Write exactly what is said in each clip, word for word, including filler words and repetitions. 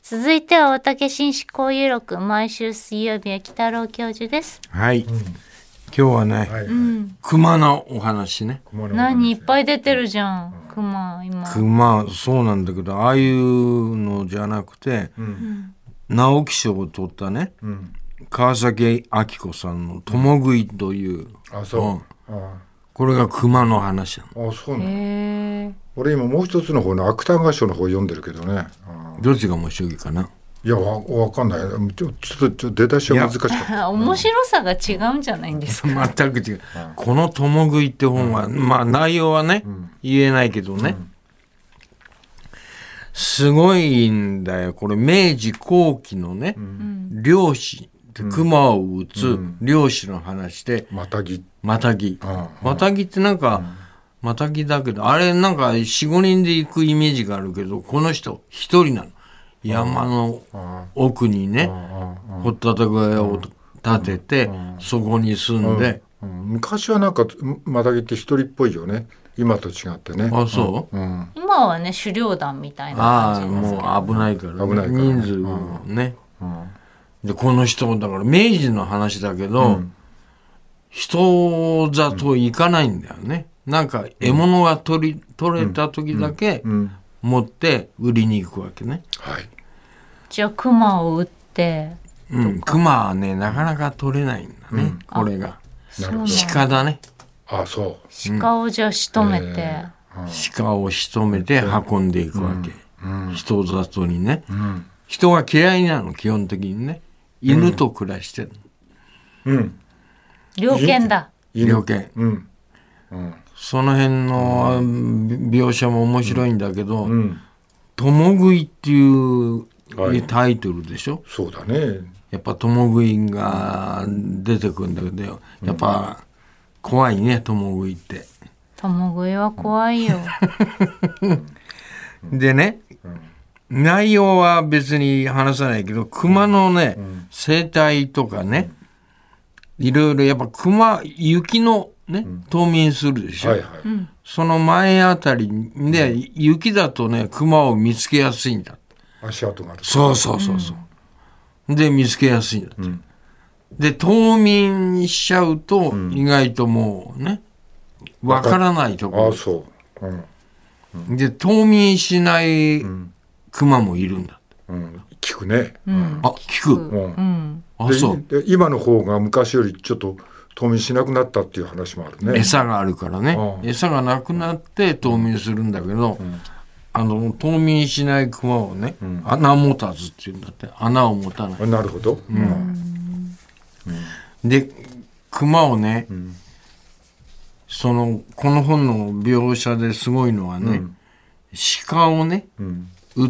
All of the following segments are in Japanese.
続いては大竹紳士交友録、毎週水曜日は北郎教授です。 はい、うん、今日はね、はいはい、熊のお話ね。 何いっぱい出てるじゃん、熊今。 熊、そうなんだけど、ああいうのじゃなくて、うん、直木賞を取ったね、うん、川崎明子さんの共食いという、うん、あ、そう、うん、あ、これが熊の話なの。 あ、そうなの。俺今もう一つの方の芥川賞の方読んでるけどね。 どっちが面白いかな。 いや、わ、わかんない。ちょ、ちょっと、ちょっと出だしは難しかった。 面白さが違うんじゃないんですか。 全く違う。この共食いって本は、うん、まあ内容はね、うん、言えないけどね、うん、すごいんだよ。これ明治後期のね、うん、漁師、熊を撃つ漁師の話で、 またぎ。 またぎ。またぎってなんか、うん、またぎだけど、あれなんか よん、ごにんで行くイメージがあるけど、この人一人なの。山の奥にね、掘ったて小屋を建てて、そこに住んで、 うんうん、昔はなんかまたぎって一人っぽいよね、今と違ってね。 あ、そう、 うん、今はね手榴弾みたいな感じですけど、 ああ、もう危ないから、ね、 危ないから、 人数もね、うんうん、でこの人もだから明治の話だけど、うん、人里行かないんだよね。なんか獲物が取り取れた時だけ持って売りに行くわけね。 はい。 じゃあ熊を撃って、 うん、熊はねなかなか取れないんだね、うん、これが鹿だね。 あ、そう。 鹿をじゃあ仕留めて、えー、鹿を仕留めて運んでいくわけ、うんうん、人里にね、うん、人が嫌いなの基本的にね。犬と暮らしてるの、うん、 猟犬だ。 猟犬、うんうん、その辺の描写も面白いんだけど、うん、共食いっていうタイトルでしょ。 そうだね。 やっぱ共食いが出てくるんだけど、やっぱ怖いね、共食いって。 共食いは怖いよ。 でね、うん、内容は別に話さないけど、熊のね、うん、生態とかね、うん、いろいろやっぱ熊、雪のね、冬眠するでしょ、はいはい、その前あたりで、うん、雪だとね熊を見つけやすいんだ。 足跡がある。 そうそうそうそう、うん、で見つけやすいんだって、うん、で冬眠しちゃうと、うん、意外ともうねわからないところ。 あ、そう、うんうん、で冬眠しない熊もいるんだって、 うん、聞くね、 うん、あ、聞く、うんうん、あ、そうで今の方が昔よりちょっと冬眠しなくなったっていう話もあるね。 餌があるからね、うん、餌がなくなって冬眠するんだけど、うん、あの冬眠しない熊をね、うん、穴持たずっていうんだって。穴を持たない。 なるほど、うんうん、で熊をね、うん、そのこの本の描写ですごいのはね、うん、鹿をね、うん、撃って、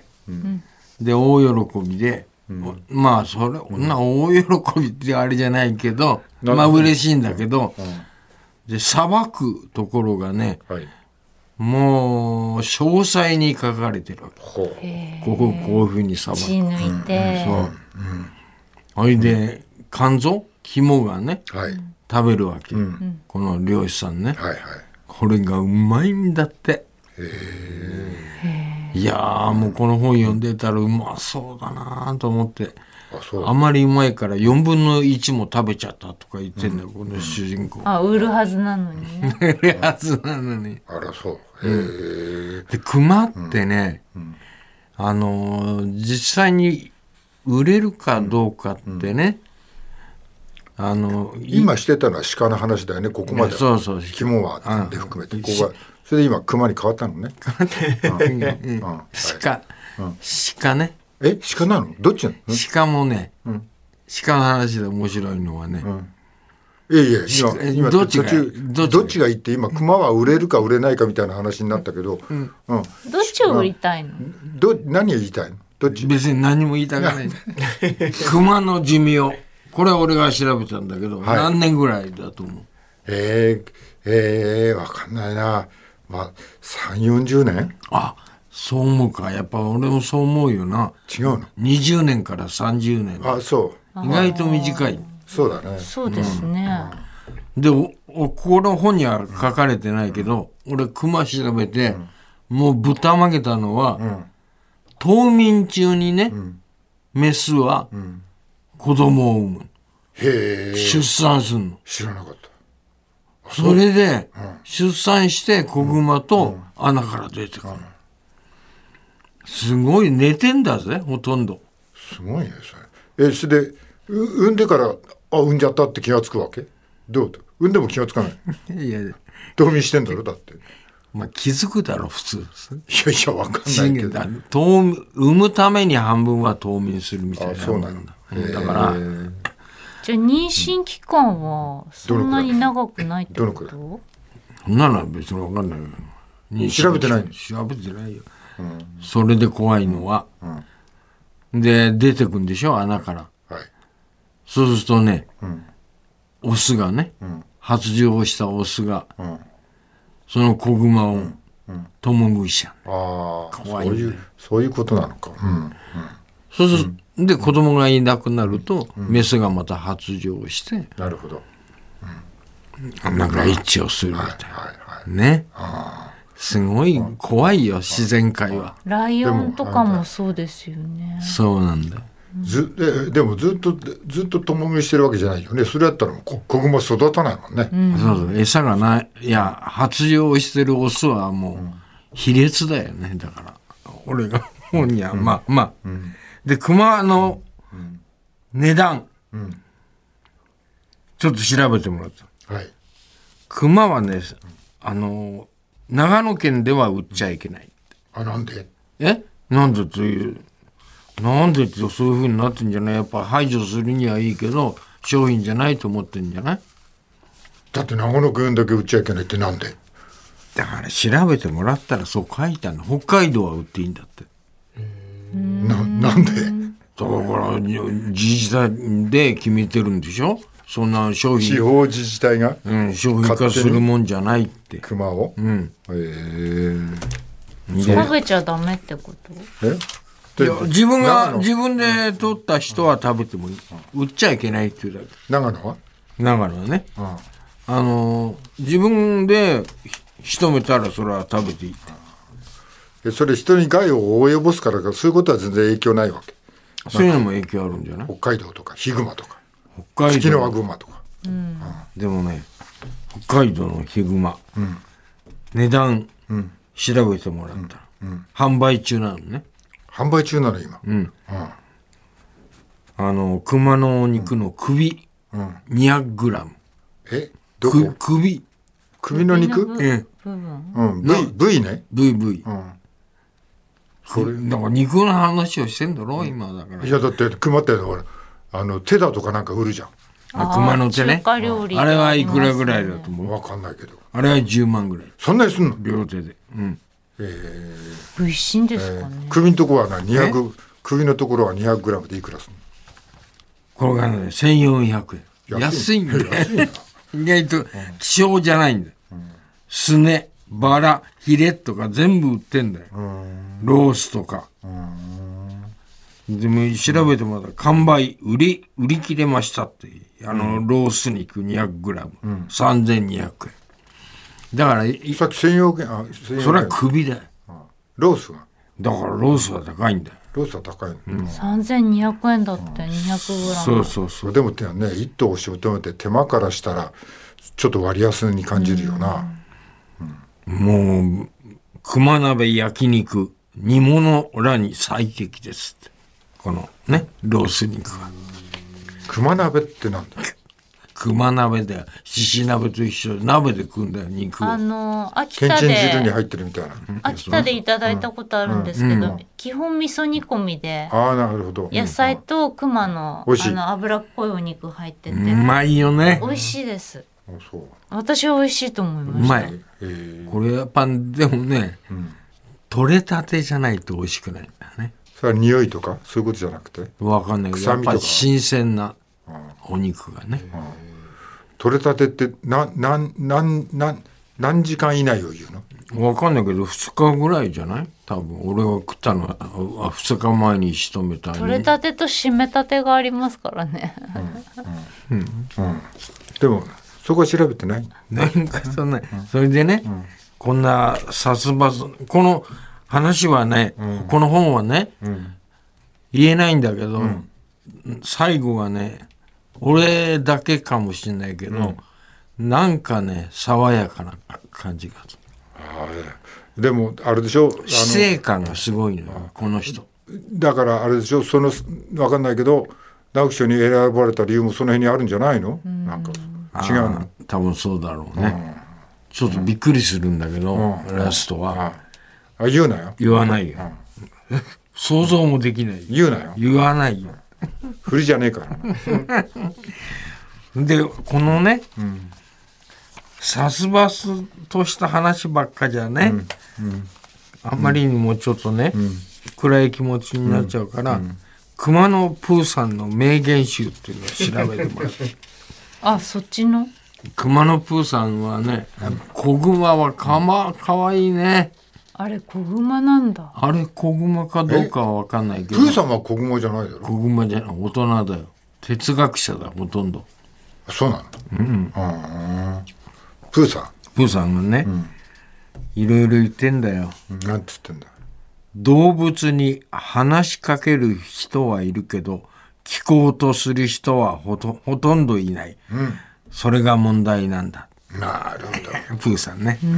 うん、で大喜びで、うん、まあそれ、うん、な大喜びってあれじゃないけど、まあ嬉しいんだけど、うん、でさばくところがね、はい、もう詳細に書かれてるわけ。こここういうふうにさばく。 血抜いて、 うん、そう、それで肝臓肝がね、はい、食べるわけ、うん、この漁師さんね、はいはい、これがうまいんだって。へー、いやーもうこの本読んでたらうまそうだなと思って、 あ, そうあまりうまいからよんぶんのいちも食べちゃったとか言ってんだよ、うん、この主人公。 あ、売るはずなのにね。 売るはずなのに。 あら、そう。へー、 で熊ってね、うんうん、あのー、実際に売れるかどうかってね、うんうん、あの今してたのは鹿の話だよね、ここまで。 そうそう、 肝はで含めて、ここがそれで今熊に変わったのね。 鹿、鹿ね。 え、鹿なの？どっちなの？ 鹿もね、うん、鹿の話で面白いのはね、うん、 いやいや、今、今どっちがどっちがいいって、今熊は売れるか売れないかみたいな話になったけど、うんうん、どっちを売りたいの？ ど何を言いたいの？どっち？ 別に何も言いたくない。熊の寿命、これは俺が調べたんだけど、はい、何年ぐらいだと思う？ えー、えー、わかんないな。まあさんじゅう、よんじゅうねん。 あ、そう思うか。やっぱ俺もそう思うよな。 違うの？ にじゅうねんからさんじゅうねん。 あ、そう。 意外と短い。 そうだね。 そうですね。 うん、でおおこの本には書かれてないけど、うん、俺熊調べて、うん、もうぶったまげたのは、うん、 冬眠中にね、メスは子供を産む。 へえ。 出産するの。 知らなかった。 それで、出産して子熊と穴から出てくる。すごい寝てんだぜ、ほとんど。 すごいね、それ。え、それで、産んでから、あ、産んじゃったって気がつくわけ？どう？産んでも気がつかない。 いや、 冬眠してんだろ、だって。 まあ、気づくだろ、普通。 いやいや、わかんないけど。 冬産むために半分は冬眠するみたいな。 あ、そうなんだ。 だから、 じゃあ妊娠期間はそんなに長くないってこと？ そんなのは別に分かんないよ。 調べてない？ 調べてないよ。うん、それで怖いのは、うん、で出てくんでしょ、穴から。はい、そうするとね、うん、オスがね、うん、発情をしたオスが、うん、その子熊を共食いしちゃう。ああ、怖いんだよ。そういう、 そういうことなのか。うんうん、 そうすると、うん、で子供がいなくなると、うん、メスがまた発情して、 なるほど。 うん、なんか一致をするみたいな、はいはいはい、ね。すごい怖いよ、自然界は。 ライオンとかもそうですよね。 そうなんだ。 ずででもずっとずっと共食いしてるわけじゃないよね。それやったら子熊育たないもんね。 うん、そうそう、餌がない。いや、発情してるオスはもう卑劣だよね。だから俺が思うには、うん、まあまあ、うん、で熊の値段、うん、ちょっと調べてもらった。はい、熊はね、あの長野県では売っちゃいけない。 あ、なんで？ え？なんでという、なんでってそういう風になってんじゃない？やっぱ排除するにはいいけど商品じゃないと思ってんじゃない？ だって長野県だけ売っちゃいけないってなんで？ だから調べてもらったらそう書いたの。北海道は売っていいんだって。 な、なんで？ だから自治体で決めてるんでしょ。そんな商品、 地方自治体が、 うん、商品化するもんじゃないって。 熊を、うん、へえ。 食べちゃダメってこと？ え？いや、自分が自分で取った人は食べてもいい、うん、売っちゃいけないっていうだけ。 長野は？ 長野はね、うん、あの自分で仕留めたらそれは食べていいって。 それ人に害を及ぼすからか、そういうことは全然影響ないわけ？ そういうのも影響あるんじゃない？ 北海道とかヒグマとか北海道、 ツキノワグマとか、 うん、でもね、北海道のヒグマ、うん、値段、うん、調べてもらったら、うんうん、販売中なのね。 販売中なの今、うんうん、 あの熊の肉の首、うん、にひゃくグラム。 え、どこ？ 首首の肉？ 部分、 うん、部位、部位ね。 部位部位、うん、これだから肉の話をしてんだろ、うん、今だから。 いやだって熊ってほらあの手だとかなんか売るじゃん。 あ、熊の手ね。あれはいくらぐらいだと思う？ 分かんないけど。 あれはじゅうまんぐらい。 そんなにすんの？ 両手で。うん。 えー、美味しいんですかね。 えー、首のところはなにひゃく、首のところはにひゃくグラムでいくらするの？ これがねせんよんひゃくえん。安いんだよ。意外と希少じゃないんだよ。うん、すね、バラ、ヒレとか全部売ってんだよ。ロースとか。でも調べてもらったら完売、売り、売り切れましたって。あの、ロース肉 にひゃくグラム、うん、さんぜんにひゃくえん。だからさっきせんよんひゃくえん、 それは首だよ。 ロースはだからロースは高いんだよ。 ロースは高いの、 うん、さんぜんにひゃくえんだってにひゃくグラム。 そうそうそう。 でもね、一頭を仕留めて手間からしたらちょっと割安に感じるよな、 うんうん、もう熊鍋焼肉煮物らに最適ですって。このねロース肉が。 熊鍋ってなんだ？ 熊鍋だよ。獅子鍋と一緒で鍋で食うんだよ、肉を。 あの秋田でけんちん汁に入ってるみたいな。 秋田でいただいたことあるんですけど、うんうん、基本味噌煮込みで、 あー、なるほど、 野菜と熊の、うん、あの脂っこいお肉入ってて、うまいよね。 美味しいです。 あ、そう。 私は美味しいと思いました。 うまい。えー、これやっぱでもね、うん、取れたてじゃないと美味しくないんだよね。 それは匂いとかそういうことじゃなくて？ わかんないけど、やっぱり新鮮なお肉がね。 取れたてって何何何何何時間以内を言うの？わかんないけどふつかぐらいじゃない？多分俺が食ったのはふつかまえに仕留めた、ね、 取れたてと締めたてがありますからね、 うんうんうんうん、でもそこは調べてない？ なんかそんな、うん、それでね、うん、こんな殺伐この話はね、この本はね、言えないんだけど、最後がね俺だけかもしれないけど、なんかね爽やかな感じがする。 ああ、でもあれでしょ、あの死生観がすごいのよこの人。 だからあれでしょ、その分かんないけど直木賞に選ばれた理由もその辺にあるんじゃないの？なんか違うの？ 多分そうだろうね、うん、ちょっとびっくりするんだけど、うん、ラストは、 うん、あ言うなよ。 言わないよ、うん、想像もできない。 言うなよ。 言わないよ。 振りじゃねえからでこのね、うん、さすばすとした話ばっかじゃね、うんうん、あんまりにもちょっとね、うん、暗い気持ちになっちゃうから、うんうん、熊野プーさんの名言集っていうのを調べてますあ、そっちの熊野プーさんはね、子熊はかま、かわいいね。 あれ子熊なんだ。 あれ子熊かどうかは分かんないけど、 プーさんは子熊じゃないだろ。 子熊じゃない、大人だよ。哲学者だほとんど。 そうなの、うん、あプーさんプーさんがね、うん、いろいろ言ってんだよ。 なんて言ってんだ。 動物に話しかける人はいるけど聞こうとする人はほ と, ほとんどいない、うん、それが問題なんだ。 なるほどプーさんね。うん、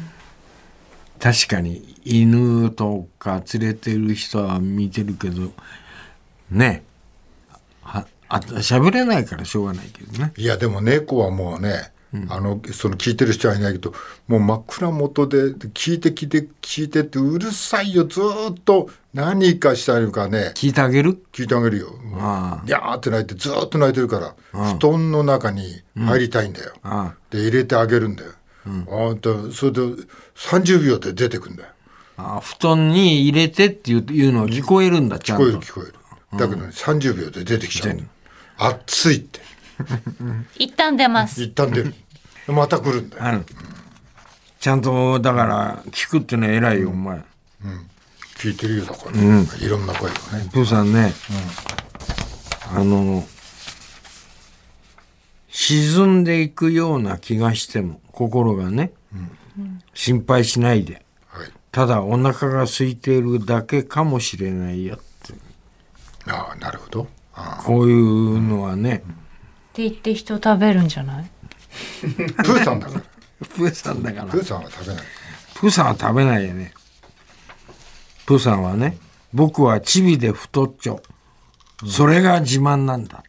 確かに犬とか連れてる人は見てるけどね、はあ喋れないからしょうがないけどね。 いやでも猫はもうね、うん、あのその聞いてる人はいないけどもう真っ暗元で聞いて聞いて聞いてってうるさいよ。ずっと何かしたいかね。 聞いてあげる聞いてあげるよ。ああギャーって泣いてずっと泣いてるから布団の中に入りたいんだよ、うん、で入れてあげるんだよ、うん、あとそれでさんじゅうびょうで出てくんだよ。 あ布団に入れてっていうのは聞こえるんだ。ちゃんと聞こえる聞こえる。だけど、ねうん、さんじゅうびょうで出てきちゃう。暑いって一旦出ます。 一旦出るまた来るんだよ、うん、 ちゃんとだから聞くってのは偉いよ、うん、お前、うん、 聞いてるよだから、ねうん、いろんな声がね。 プーさんね、うん、あの沈んでいくような気がしても心がね、うん、心配しないで、はい、ただお腹が空いているだけかもしれないよって。 ああなるほど。あこういうのはね、うん、 って言って人食べるんじゃない？ プーさんだからプーさんだからプーさんは食べない。 プーさんは食べないよね。プーさんはね、僕はチビで太っちょ、うん、それが自慢なんだ、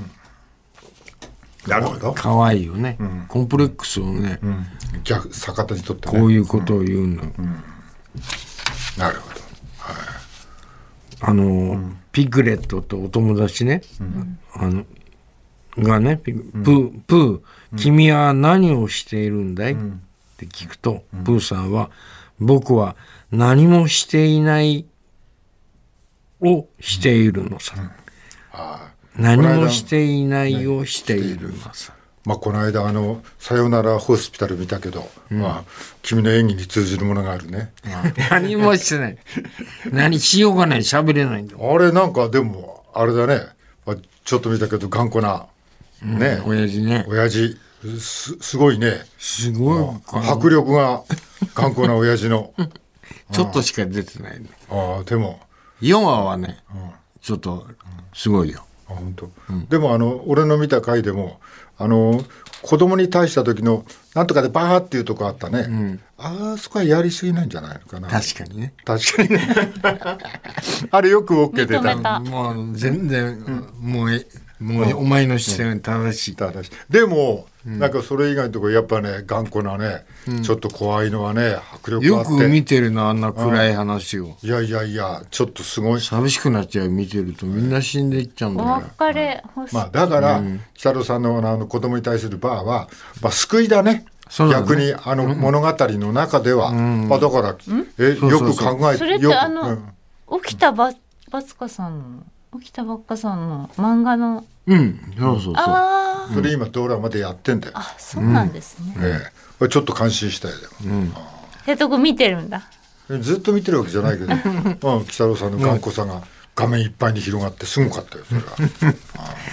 うん、なるほど。 かわいいよね、うん、コンプレックスをね、うん、 逆逆手にとって、ね、 こういうことを言うの、うんうん、 なるほど、はい、 あの、うん、ピグレットとお友達ね、うん、あのがね、プー、プー、君は何をしているんだい、うん、って聞くと、うん、プーさんは、僕は何もしていないをしているのさ。うんうん、あ何もしていないをしているのさ。 まあ、この間あのさよならホスピタル見たけど、うんまあ、君の演技に通じるものがあるね。 何もしてない。何しようがない。喋れないんだ。 あれなんかでもあれだね、まあ、ちょっと見たけど頑固なね、 うん、親父ね。 親父 す, すごいね。 すごい。 迫力が頑固な親父の。 ちょっとしか出てないね。 ああでもよんわはね、うん、ちょっとすごいよ。 あ本当、うん、でもあの俺の見た回でもあの子供に対した時のなんとかでバーっていうとこあったね、うん、あそこはやりすぎなんじゃないのかな。 確かにね確かにねあれよく OK 出た。 たもう全然、うん、もうもうお前の視点正しい、うん、 正しい。でも、うん、なんかそれ以外のところやっぱね頑固なね、うん、ちょっと怖いのはね迫力があってよく見てるなあんな暗い話を、 うん、いやいやいやちょっとすごい寂しくなっちゃう。見てるとみんな死んでいっちゃうんだから、 お別れ欲しい、 まあ、だから、うん、北野さんのあの子供に対するバーは、まあ、救いだね。そうだね、逆にあの物語の中では、うんまあ、だから、うん、えよく考えてそれってあの、うん、起きたばばつかさんの起きたばっかさんの漫画のうんそうそうそう、 あそれ今ドラマでやってんだよ。 あそうなんですね、 うんええ、これちょっと感心したよ。でも、うん、 そうとこ見てるんだ。 ずっと見てるわけじゃないけど、うん、北郎さんの頑固さが画面いっぱいに広がってすごかったよそれは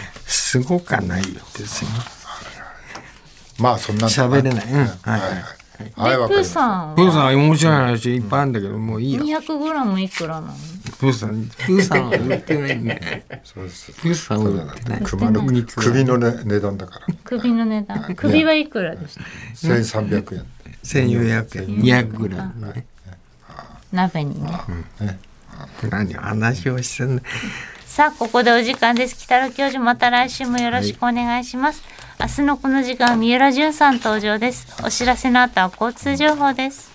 すごかないよですよ。 まあそんな喋れない、うん、はいはい、 はいはいはい、わかりプーました。 さんプーさんはは面白い話いっぱいあるんだけど、もういいよ。 にひゃくグラムいくらなの？ プーさん、プーさんは売ってないんだよ。 そうです。 プーさんは売ってない。 熊の首の、ね、値段だから。 首の値段。首はいくらでした？ 千三百円。 せんよんひゃくえん、にひゃくグラムね。 鍋にね。 ね。 何話をしてんの。 さあここでお時間です。北野教授、また来週もよろしくお願いします。明日のこの時間、三浦淳さん登場です。お知らせの後は交通情報です。